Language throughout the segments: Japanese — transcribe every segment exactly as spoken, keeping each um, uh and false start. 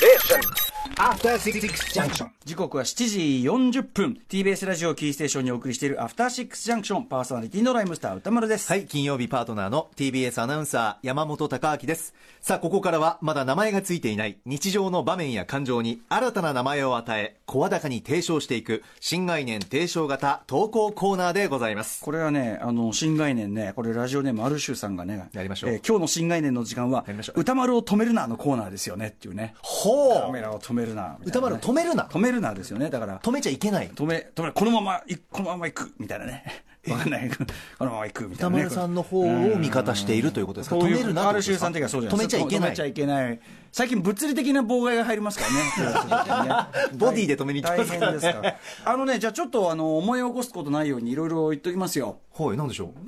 アフターシックスジャンクション。 時刻はしちじよんじゅっぷん。 ティービーエス ラジオキーステーションにお送りしているアフターシックスジャンクション。パーソナリティのライムスター歌丸です。 はい、金曜日パートナーの ティービーエス アナウンサー山本貴明です。さあ、ここからはまだ名前がついていない日常の場面や感情に新たな名前を与え、声高に提唱していく新概念提唱型投稿コーナーでございます。 これはね、あの新概念ね、これラジオネームアルシュさんがね、 やりましょう、 えー、今日の新概念の時間は歌丸を止めるなのコーナーですよねっていうね。 ほう、 カメラを止めるな、ね、 歌丸を止めるな、 止めるなですよね。だから止めちゃいけない、 止め止めこのままこのまま行くみたいなね。わかんないこのまま行くみたいな、ね、 歌丸さんの方を味方しているということですか。止めるな、 ある周さん的にはそうじゃない。 止めちゃいけない、 止めちゃいけない。最近物理的な妨害が入りますからね。 ボディで止めに行ってますからね。 大変ですからあのね、じゃあちょっとあの思い起こすことないようにいろいろ言っときますよ。 はい、なんでしょう。 うん、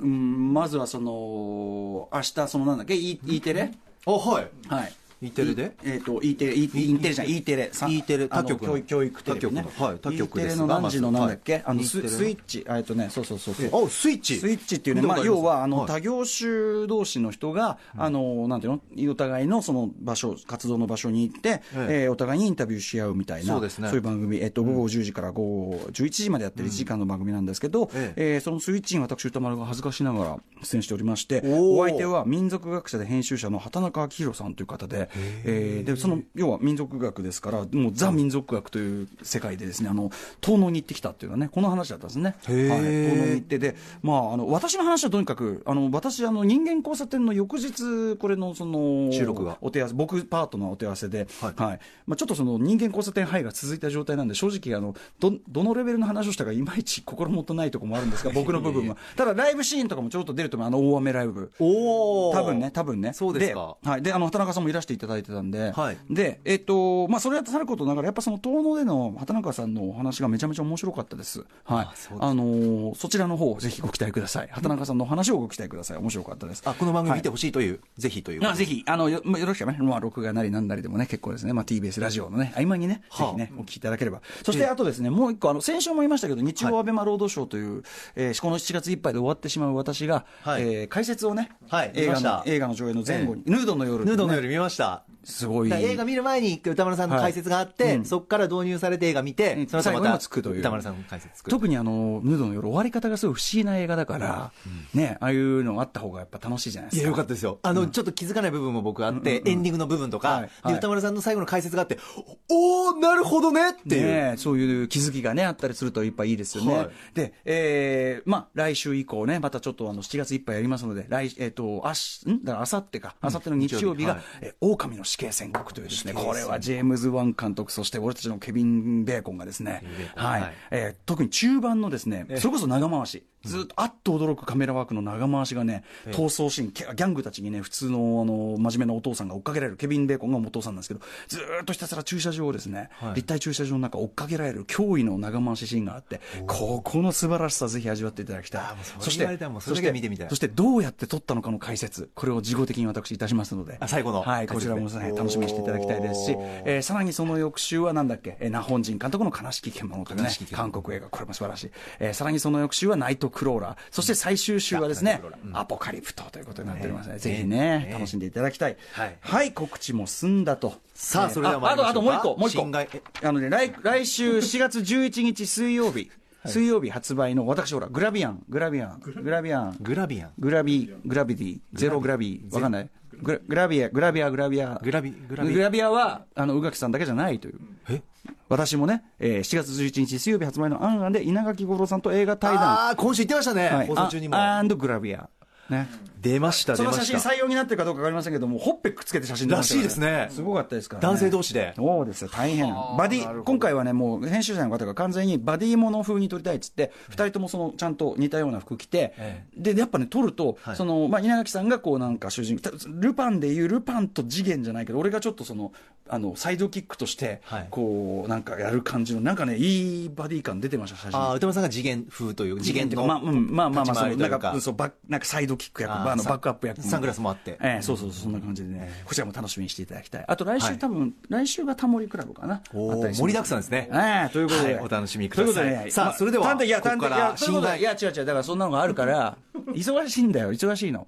まずはその明日そのなんだっけ E, E テレ、 あ、はい、 はい、 E テレで、 えっ、ー、と E テレ E テレじゃん E テレ E テレ他局の教育テレビね、 はい他局ですが、 E テレの何時のなんだっけ、はい、あの E ス, スイッチ、えっとね、そうそうそうそう、 あ、スイッチスイッチっていうね、まあ、要はあの、 はい、 他業種同士の人が、うん、あのなんていうの、お互いのその場所、活動の場所に行って、えええー、お互いにインタビューし合うみたいな、そうですね、そういう番組、えっと、午後じゅうじから午後じゅういちじまでやってるいちじかんの番組なんですけど、うん、ええー、そのスイッチに私歌丸が恥ずかしながら出演しておりまして、お相手は民族学者で編集者の畑中明宏さんという方で、えー、でその要は民族学ですから、もうザ民族学という世界でですね、あの東農に行ってきたっていうのはね、この話だったんですね。はい、東農に行ってで、まあ、あの私の話はとにかく、あの私あの人間交差点の翌日、これのその収録がお手合わせ、僕パートナーお手合わせで、はいはい、まあ、ちょっとその人間交差点範囲が続いた状態なんで、正直あの ど, どのレベルの話をしたかいまいち心もとないところもあるんですが、僕の部分はただライブシーンとかもちょっと出ると思う、あの大雨ライブ、お多分ね多分ねそうですか。 で、はい、であの畑中さんもいらしていただいてたんで、はい、でえっ、ー、とまあ、それはさることながら、やっぱその東農での畑中さんのお話がめちゃめちゃ面白かったです。はい、ああのー、そちらの方をぜひご期待ください。畑中さんのお話をご期待ください。面白かったです。 あ、この番組見てほしいという、はい、ぜひという、 あ、ぜひあの よ, よろしければね、まあ、録画なりなんなりでもね結構ですね、まあ、ティービーエス ラジオのね合間にね、はあ、ぜひねお聞きいただければ。そしてあとですね、もう一個、あの先週も言いましたけど、日曜アベマロードショーという、はい、えー、このしちがついっぱいで終わってしまう私が、はい、えー、解説をね、はい、映画の映画の上映の前後に、えー、ヌードの夜、ね、 ヌードの夜見ました。 すごい映画見る前に歌丸さんの解説があって、はい、うん、そこから導入されて映画見て、うん、その後また歌丸さんの解説作る。 特にあのヌードの夜、終わり方がすごい不思議な映画だから、うん、ね、ああいうのがあった方がやっぱ楽しいじゃないですか。 いや、よかったですよ。あの、うん、ちょっと気づかない部分も僕あって、うんうんうん、エンディングの部分とか、はいはい、で歌丸さんの最後の解説があって、おー、なるほどねっていう、ね、そういう気づきがねあったりするとやっぱいいですよね。はい、で、えー、まあ来週以降ね、またちょっとあのしちがついっぱいやりますので、来えっ、ー、とあしんだからあさってか、あさっての日曜日が、うん、えー、狼の死刑宣告というですね、これはジェームズ・ワン監督、そして俺たちのケビン・ベーコンがですね、はい、はい、えー、特に中盤のですね、それこそ長回し、ずっとあっと驚くカメラワークの長回しがね、逃走シーン、ギャングたちにね、普通のあの真面目なお父さんが追っかけられる、ケビン・ベーコンがお父さんなんですけど、ずっとひたすら駐車場をですね、はい、立体駐車場の中追っかけられる驚異の長回しシーンがあって、ここの素晴らしさぜひ味わっていただきたい。そしてそしてそしてどうやって撮ったのかの解説、これを事後的に私いたしますので、 あ、最後の、 はい、こちらも、ね、楽しみにしていただきたいですし、えー、さらにその翌週はなんだっけ、えー、ナホンジン監督の悲しき獣というね、韓国映画、これも素晴らしい、えー、さらにその翌週はナイトクローラー、そして最終週はですね、うん、アポカリプトということになっておりますので、ね、ぜひね、ね、楽しんでいただきたい、はい、はい、告知も済んだと。 さあ、それでは参りましょうか。 あと、あともう一個、もう一個、あのね、来、来週しがつじゅういちにち水曜日、はい、水曜日発売の、私ほらグラビアングラビアングラビアングラビアングラビグラビティゼログラビわかんない、グラ、グラビアグラビアグラビアグラビグラビグラビアはあの宇垣さんだけじゃないという。え、私もね、えー、しちがつじゅういちにち水曜日発売のアンアンで稲垣吾郎さんと映画対談、 ああ、今週言ってましたね、はい、放送中にもアンドグラビアね、 出ました出ました。 その写真採用になってるかどうか分かりませんけども、ほっぺくっつけて写真出ました、ね、 らしいですね。 すごかったですからね、 男性同士で。 そうですよ、大変。バディ、今回はね、もう編集者の方が完全にバディもの風に撮りたいっつって、ふたりともそのちゃんと似たような服着て、ええ、でやっぱね撮ると、はい、そのまあ、稲垣さんがこうなんか主人公、ルパンでいうルパンと次元じゃないけど、俺がちょっとそのあのサイドキックとしてこうなんかやる感じの、なんかねいいバディ感出てました、写真。 ああ、歌丸さんが次元風という次元のまあまあまあまあそうなんかそうバなんかサイドキック役、バックアップ役、 サングラスもあって、 ええ、そうそうそう、そんな感じでね、こちらも楽しみにしていただきたい。あと来週、はい、多分来週がタモリクラブかな、 お盛りだくさんですね、 ええ、ということで、 はい、お楽しみください。 ということで、ね、 さあ、それでは、 いや、 ここから新概念、いや違う違う、だからそんなのがあるから忙しいんだよ、忙しいのね。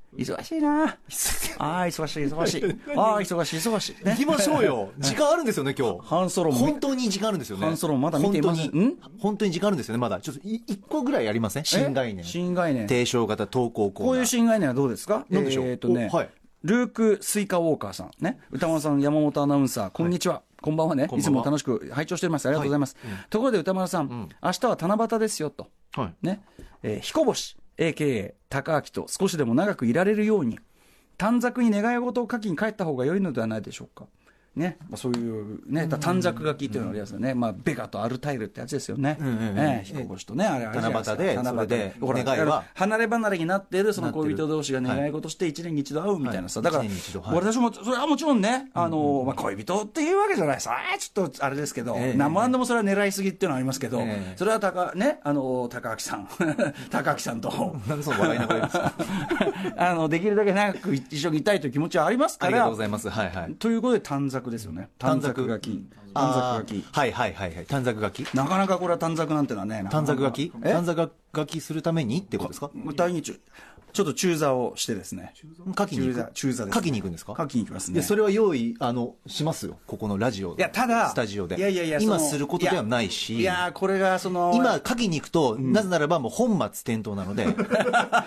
忙しいなああ、忙しい、忙しい。ああ、忙しい、忙しい。 ね、行きましょうよ。時間あるんですよね、今日。 ハンソロも。 本当に時間あるんですよね。 ハンソロもまだ見ています。 本当に、本当に時間あるんですよね、まだ。ちょっと、一個ぐらいやりません？新概念。 新概念。 提唱型投稿コーナー。 こういう新概念はどうですか？ なんでしょう？ えっとね、はい。ルーク・スイカ・ウォーカーさん。ね。歌丸さん、山本アナウンサー、こんにちは。はい、こんばんはね。いつも楽しく拝聴しております。ありがとうございます。はい、うん、ところで歌丸さん、うん、明日は七夕ですよと。はい。ね。えー、彦星、エーケーエー、高明と少しでも長くいられるように、短冊に願い事を書きに帰った方が良いのではないでしょうか。ね、まあ、そういうね、短冊書きっていうのがありますよね。まあ、ベガとアルタイルってやつですよね。彦星とね、あれあれ七夕で、それで、願いは。 離れ離れになっているその恋人同士が願い事して一年に一度会うみたいなさ。だから、私も、それはもちろんね、あの、まあ、恋人っていうわけじゃないさ。ちょっとあれですけど、何も何でもそれは狙いすぎっていうのはありますけど、それは高、ね、あの、高明さん、高明さんと。 なんでその笑いながらですか？ あの、できるだけ長く一緒にいたいという気持ちはありますから。 ありがとうございます。はいはい。 ということで短冊ですよね。短冊書き。短冊書き。 はいはいはいはい。短冊書き。 なかなかこれは短冊なんてのはね。 短冊書き？短冊書きするためにってことですか？ 第二中。ちょっと中座をしてですね。 書きに行く。 中座です。 書きに行くんですか？ 書きに行きますね。 それは用意、あの、しますよ。ここのラジオ。 いや、ただ、 スタジオで。 いやいやいや、 今することではないし。 いや、これがその。 今書きに行くと、なぜならばもう本末転倒なので。長く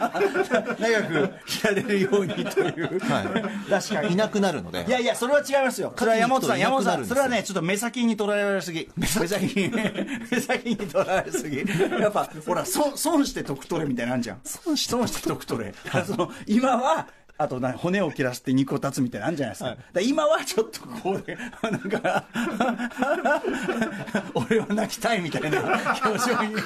いられるようにという。 はい。確かに。いなくなるので。 いやいや、それは違いますよ。それは山本さん、山本さん。それはね、ちょっと目先に捉えられすぎ。目先に、目先に捉えられすぎ。やっぱ、ほら、損して得取れみたいなんじゃん。損して得取れ。その今はあとな骨を切らして肉を断つみたいなのあるんじゃないですか。はい、だ今はちょっとこうでなんか俺は泣きたいみたいな表情にク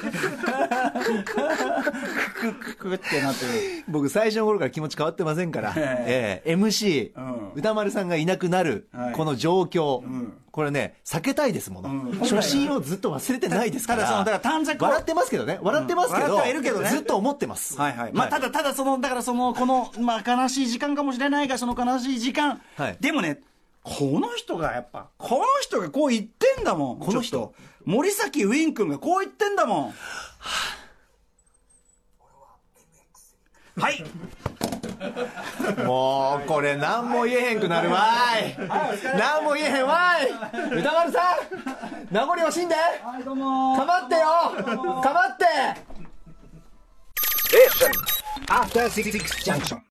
クククってなってる。 僕最初の頃から気持ち変わってませんから、えー、エムシー、うん、歌丸さんがいなくなる、はい、この状況、うん、これね避けたいですもの、うん、初心をずっと忘れてないですから。 ただそのだから短冊笑ってますけどね笑ってますけど、うん、笑ってはいるけどね、 ずっと思ってます。 はいはい。まあただただそのだからそのこのまあ悲しい時間かもしれないが、その悲しい時間、はい、でもねこの人がやっぱこの人がこう言ってんだもん。この人森崎ウィン君がこう言ってんだもん。はいもうこれ何も言えへんくなるわい。何も言えへんわい。歌丸さん名残惜しんで、はい、どうもかまってよかまって。After Six Junction